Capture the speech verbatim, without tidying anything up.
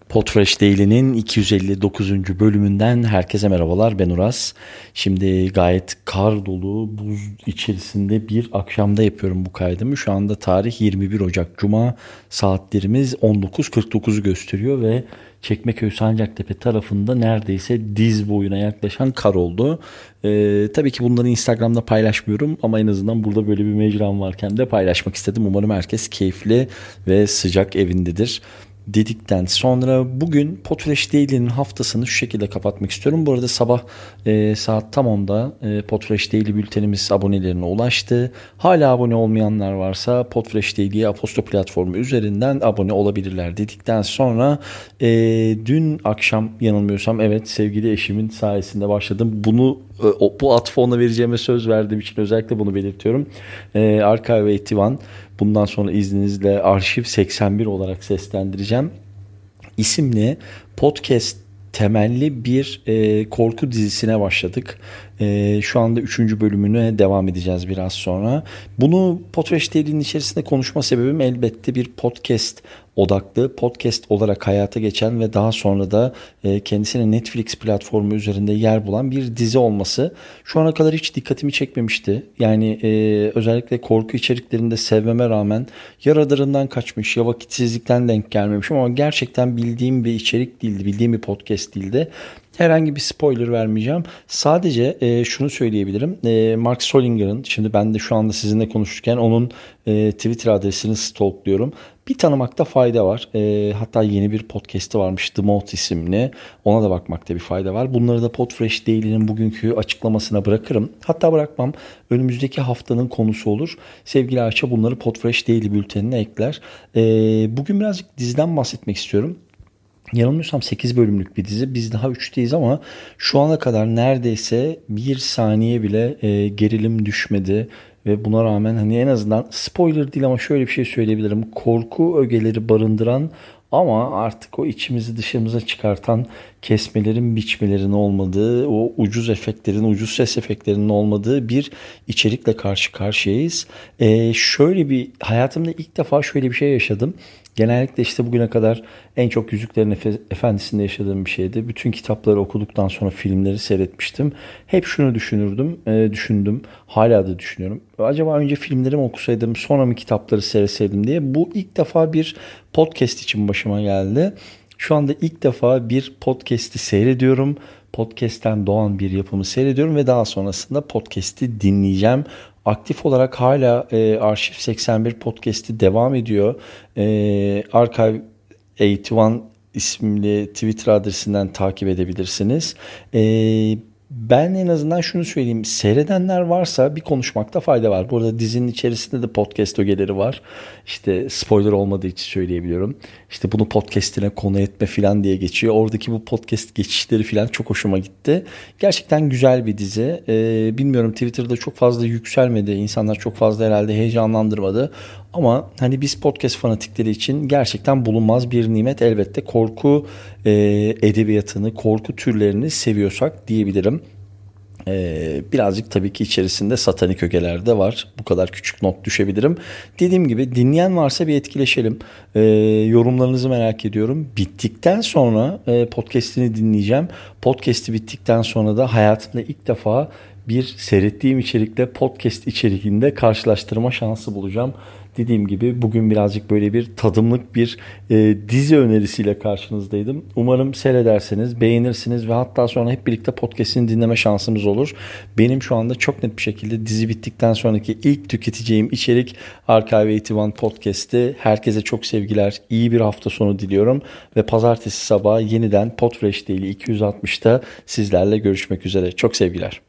Podfresh Daily'nin iki yüz elli dokuzuncu bölümünden herkese merhabalar, ben Uras. Şimdi gayet kar dolu, buz içerisinde bir akşamda yapıyorum bu kaydımı. Şu anda tarih yirmi bir Ocak Cuma, saatlerimiz on dokuz kırk dokuzu gösteriyor ve Çekmeköy Sancaktepe tarafında neredeyse diz boyuna yaklaşan kar oldu. Ee, tabii ki bunları Instagram'da paylaşmıyorum ama en azından burada böyle bir mecram varken de paylaşmak istedim. Umarım herkes keyifli ve sıcak evindedir dedikten sonra bugün Podfresh Daily'nin haftasını şu şekilde kapatmak istiyorum. Bu arada sabah e, saat tam onda e, Podfresh Daily bültenimiz abonelerine ulaştı. Hala abone olmayanlar varsa Podfresh Daily'ye Aposto platformu üzerinden abone olabilirler dedikten sonra e, dün akşam yanılmıyorsam evet sevgili eşimin sayesinde başladım. Bunu e, bu atfı ona vereceğime söz verdiğim için özellikle bunu belirtiyorum. E, Archive seksen bir, bundan sonra izninizle Arşiv seksen bir olarak seslendireceğim isimli podcast temelli bir e, korku dizisine başladık. E, şu anda üçüncü bölümüne devam edeceğiz biraz sonra. Bunu Podfresh Daily'nin içerisinde konuşma sebebim elbette bir podcast odaklı, podcast olarak hayata geçen ve daha sonra da e, kendisine Netflix platformu üzerinde yer bulan bir dizi olması. Şu ana kadar hiç dikkatimi çekmemişti. Yani e, özellikle korku içeriklerinde sevmeme rağmen ya radarından kaçmış ya vakitsizlikten denk gelmemişim ama gerçekten bildiğim bir içerik değildi, bildiğim bir podcast değildi. Herhangi bir spoiler vermeyeceğim. Sadece e, şunu söyleyebilirim. E, Mark Solinger'ın, şimdi ben de şu anda sizinle konuşurken onun e, Twitter adresini stalkluyorum. Bir tanımakta fayda var. E, hatta yeni bir podcast'ı varmış, The Moth isimli. Ona da bakmakta bir fayda var. Bunları da Podfresh Daily'nin bugünkü açıklamasına bırakırım. Hatta bırakmam. Önümüzdeki haftanın konusu olur. Sevgili Ayça bunları Podfresh Daily bültenine ekler. E, bugün birazcık diziden bahsetmek istiyorum. Yanılmıyorsam sekiz bölümlük bir dizi. Biz daha üçteyiz ama şu ana kadar neredeyse bir saniye bile e, gerilim düşmedi. Ve buna rağmen hani en azından spoiler değil ama şöyle bir şey söyleyebilirim. Korku ögeleri barındıran ama artık o içimizi dışımıza çıkartan kesmelerin, biçmelerin olmadığı, o ucuz efektlerin, ucuz ses efektlerinin olmadığı bir içerikle karşı karşıyayız. Ee, şöyle bir hayatımda ilk defa şöyle bir şey yaşadım. Genellikle işte bugüne kadar en çok Yüzüklerin Efe- Efendisi'nde yaşadığım bir şeydi. Bütün kitapları okuduktan sonra filmleri seyretmiştim. Hep şunu düşünürdüm, e, düşündüm. Hala da düşünüyorum. Acaba önce filmleri mi okusaydım, sonra mı kitapları seyretseydim diye. Bu ilk defa bir podcast için başıma geldi. Şu anda ilk defa bir podcast'i seyrediyorum. Podcast'ten doğan bir yapımı seyrediyorum ve daha sonrasında podcast'i dinleyeceğim. Aktif olarak hala e, Arşiv seksen bir podcast'i devam ediyor. E, Archive seksen bir isimli Twitter adresinden takip edebilirsiniz. E, Ben en azından şunu söyleyeyim. Seyredenler varsa bir konuşmakta fayda var. Bu arada dizinin içerisinde de podcast ögeleri var. İşte spoiler olmadığı için söyleyebiliyorum. İşte bunu podcast'ine konu etme falan diye geçiyor. Oradaki bu podcast geçişleri falan çok hoşuma gitti. Gerçekten güzel bir dizi. Ee, bilmiyorum Twitter'da çok fazla yükselmedi. İnsanlar çok fazla herhalde heyecanlandırmadı. Ama hani biz podcast fanatikleri için gerçekten bulunmaz bir nimet. Elbette korku e, edebiyatını, korku türlerini seviyorsak diyebilirim. Ee, birazcık tabii ki içerisinde satanik ögeler de var. Bu kadar küçük not düşebilirim. Dediğim gibi dinleyen varsa bir etkileşelim. Ee, yorumlarınızı merak ediyorum. Bittikten sonra e, podcast'ini dinleyeceğim. Podcast'i bittikten sonra da hayatımda ilk defa bir seyrettiğim içerikle podcast içeriğinde karşılaştırma şansı bulacağım. Dediğim gibi bugün birazcık böyle bir tadımlık bir e, dizi önerisiyle karşınızdaydım. Umarım seyrederseniz, beğenirsiniz ve hatta sonra hep birlikte podcast'ini dinleme şansımız olur. Benim şu anda çok net bir şekilde dizi bittikten sonraki ilk tüketeceğim içerik Archive seksen bir podcast'ti. Herkese çok sevgiler, iyi bir hafta sonu diliyorum ve pazartesi sabahı yeniden Podfresh Daily iki yüz altmışta sizlerle görüşmek üzere. Çok sevgiler.